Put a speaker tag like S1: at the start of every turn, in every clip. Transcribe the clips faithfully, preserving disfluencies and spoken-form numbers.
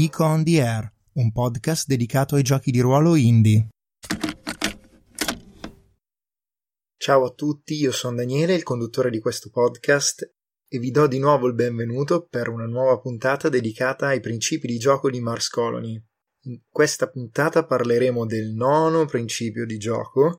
S1: Nico on the Air, un podcast dedicato ai giochi di ruolo indie.
S2: Ciao a tutti, io sono Daniele, il conduttore di questo podcast, e vi do di nuovo il benvenuto per una nuova puntata dedicata ai principi di gioco di Mars Colony. In questa puntata parleremo del nono principio di gioco.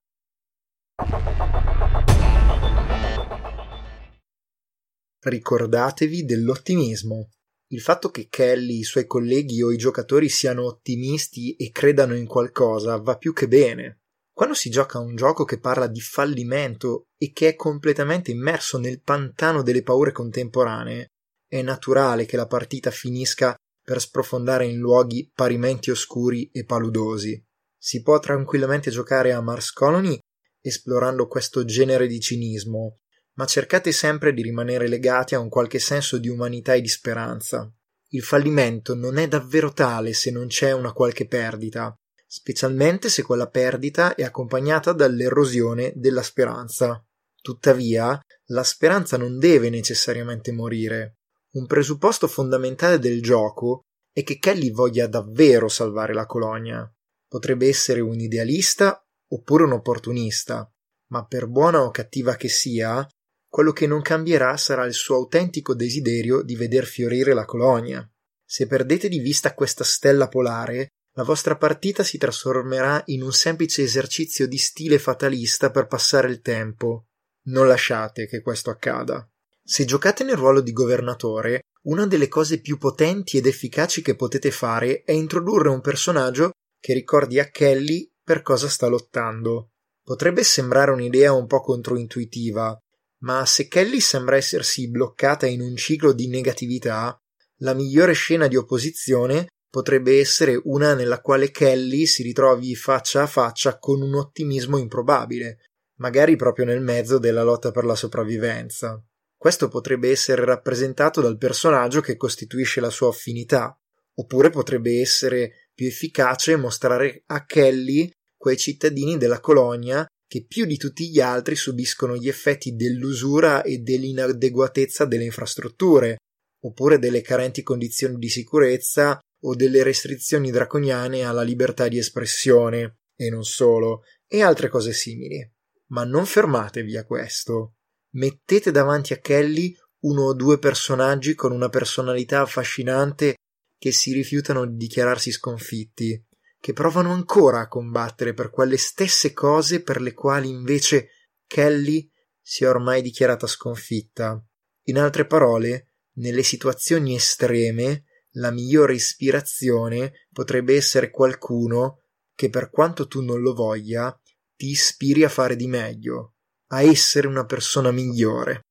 S2: Ricordatevi dell'ottimismo. Il fatto che Kelly, i suoi colleghi o i giocatori siano ottimisti e credano in qualcosa va più che bene. Quando si gioca a un gioco che parla di fallimento e che è completamente immerso nel pantano delle paure contemporanee, è naturale che la partita finisca per sprofondare in luoghi parimenti oscuri e paludosi. Si può tranquillamente giocare a Mars Colony esplorando questo genere di cinismo, ma cercate sempre di rimanere legati a un qualche senso di umanità e di speranza. Il fallimento non è davvero tale se non c'è una qualche perdita, specialmente se quella perdita è accompagnata dall'erosione della speranza. Tuttavia, la speranza non deve necessariamente morire. Un presupposto fondamentale del gioco è che Kelly voglia davvero salvare la colonia. Potrebbe essere un idealista oppure un opportunista, ma per buona o cattiva che sia, quello che non cambierà sarà il suo autentico desiderio di veder fiorire la colonia. Se perdete di vista questa stella polare, la vostra partita si trasformerà in un semplice esercizio di stile fatalista per passare il tempo. Non lasciate che questo accada. Se giocate nel ruolo di governatore, una delle cose più potenti ed efficaci che potete fare è introdurre un personaggio che ricordi a Kelly per cosa sta lottando. Potrebbe sembrare un'idea un po' controintuitiva, ma se Kelly sembra essersi bloccata in un ciclo di negatività, la migliore scena di opposizione potrebbe essere una nella quale Kelly si ritrovi faccia a faccia con un ottimismo improbabile, magari proprio nel mezzo della lotta per la sopravvivenza. Questo potrebbe essere rappresentato dal personaggio che costituisce la sua affinità, oppure potrebbe essere più efficace mostrare a Kelly quei cittadini della colonia che più di tutti gli altri subiscono gli effetti dell'usura e dell'inadeguatezza delle infrastrutture, oppure delle carenti condizioni di sicurezza o delle restrizioni draconiane alla libertà di espressione, e non solo, e altre cose simili. Ma non fermatevi a questo. Mettete davanti a Kelly uno o due personaggi con una personalità affascinante che si rifiutano di dichiararsi sconfitti, che provano ancora a combattere per quelle stesse cose per le quali invece Kelly si è ormai dichiarata sconfitta. In altre parole, nelle situazioni estreme, la migliore ispirazione potrebbe essere qualcuno che, per quanto tu non lo voglia, ti ispiri a fare di meglio, a essere una persona migliore.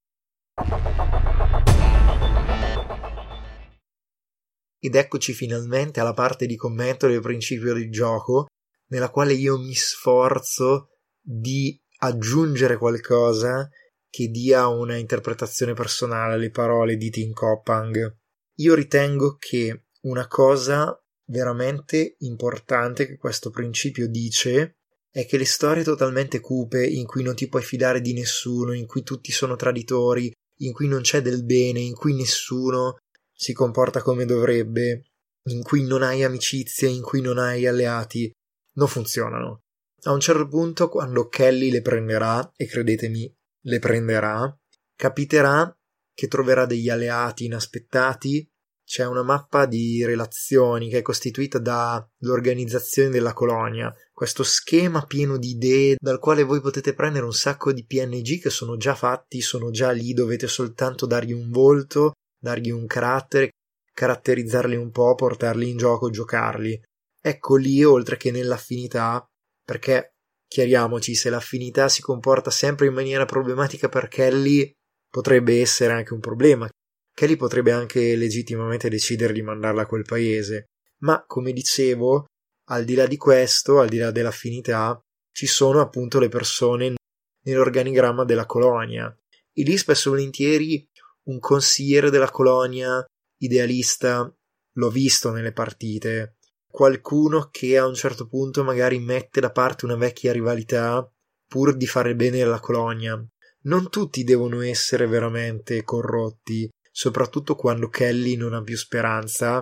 S2: Ed eccoci finalmente alla parte di commento del principio di gioco, nella quale io mi sforzo di aggiungere qualcosa che dia una interpretazione personale alle parole di Tim Coppang. Io ritengo che una cosa veramente importante che questo principio dice è che le storie totalmente cupe, in cui non ti puoi fidare di nessuno, in cui tutti sono traditori, in cui non c'è del bene, in cui nessuno si comporta come dovrebbe, in cui non hai amicizie, in cui non hai alleati, non funzionano. A un certo punto, quando Kelly le prenderà, e credetemi, le prenderà, capiterà che troverà degli alleati inaspettati. C'è una mappa di relazioni che è costituita dall'organizzazione della colonia, questo schema pieno di idee dal quale voi potete prendere un sacco di P N G che sono già fatti, sono già lì, dovete soltanto dargli un volto, dargli un carattere, caratterizzarli un po', portarli in gioco, giocarli. Ecco lì, oltre che nell'affinità, perché chiariamoci, se l'affinità si comporta sempre in maniera problematica per Kelly, potrebbe essere anche un problema. Kelly potrebbe anche legittimamente decidere di mandarla a quel paese, ma come dicevo, al di là di questo, al di là dell'affinità, ci sono appunto le persone nell'organigramma della colonia, e lì spesso e volentieri un consigliere della colonia, idealista, l'ho visto nelle partite, qualcuno che a un certo punto magari mette da parte una vecchia rivalità pur di fare bene alla colonia. Non tutti devono essere veramente corrotti, soprattutto quando Kelly non ha più speranza,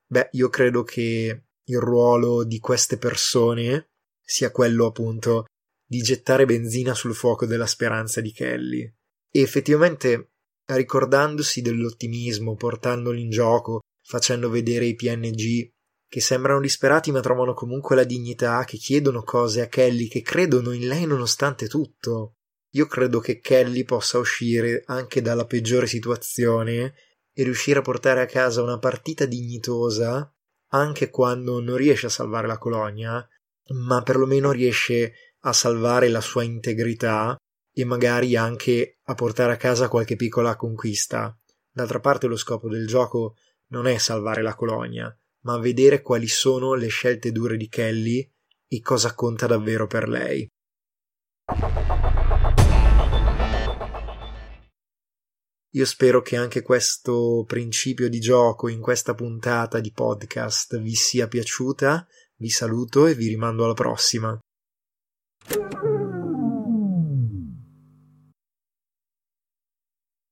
S2: Beh, io credo che il ruolo di queste persone sia quello appunto di gettare benzina sul fuoco della speranza di Kelly. E effettivamente, ricordandosi dell'ottimismo, portandolo in gioco, facendo vedere i P N G che sembrano disperati ma trovano comunque la dignità, che chiedono cose a Kelly, che credono in lei nonostante tutto. Io credo che Kelly possa uscire anche dalla peggiore situazione e riuscire a portare a casa una partita dignitosa anche quando non riesce a salvare la colonia, ma perlomeno riesce a salvare la sua integrità e magari anche a portare a casa qualche piccola conquista. D'altra parte lo scopo del gioco non è salvare la colonia, ma vedere quali sono le scelte dure di Kelly e cosa conta davvero per lei. Io spero che anche questo principio di gioco in questa puntata di podcast vi sia piaciuta, vi saluto e vi rimando alla prossima.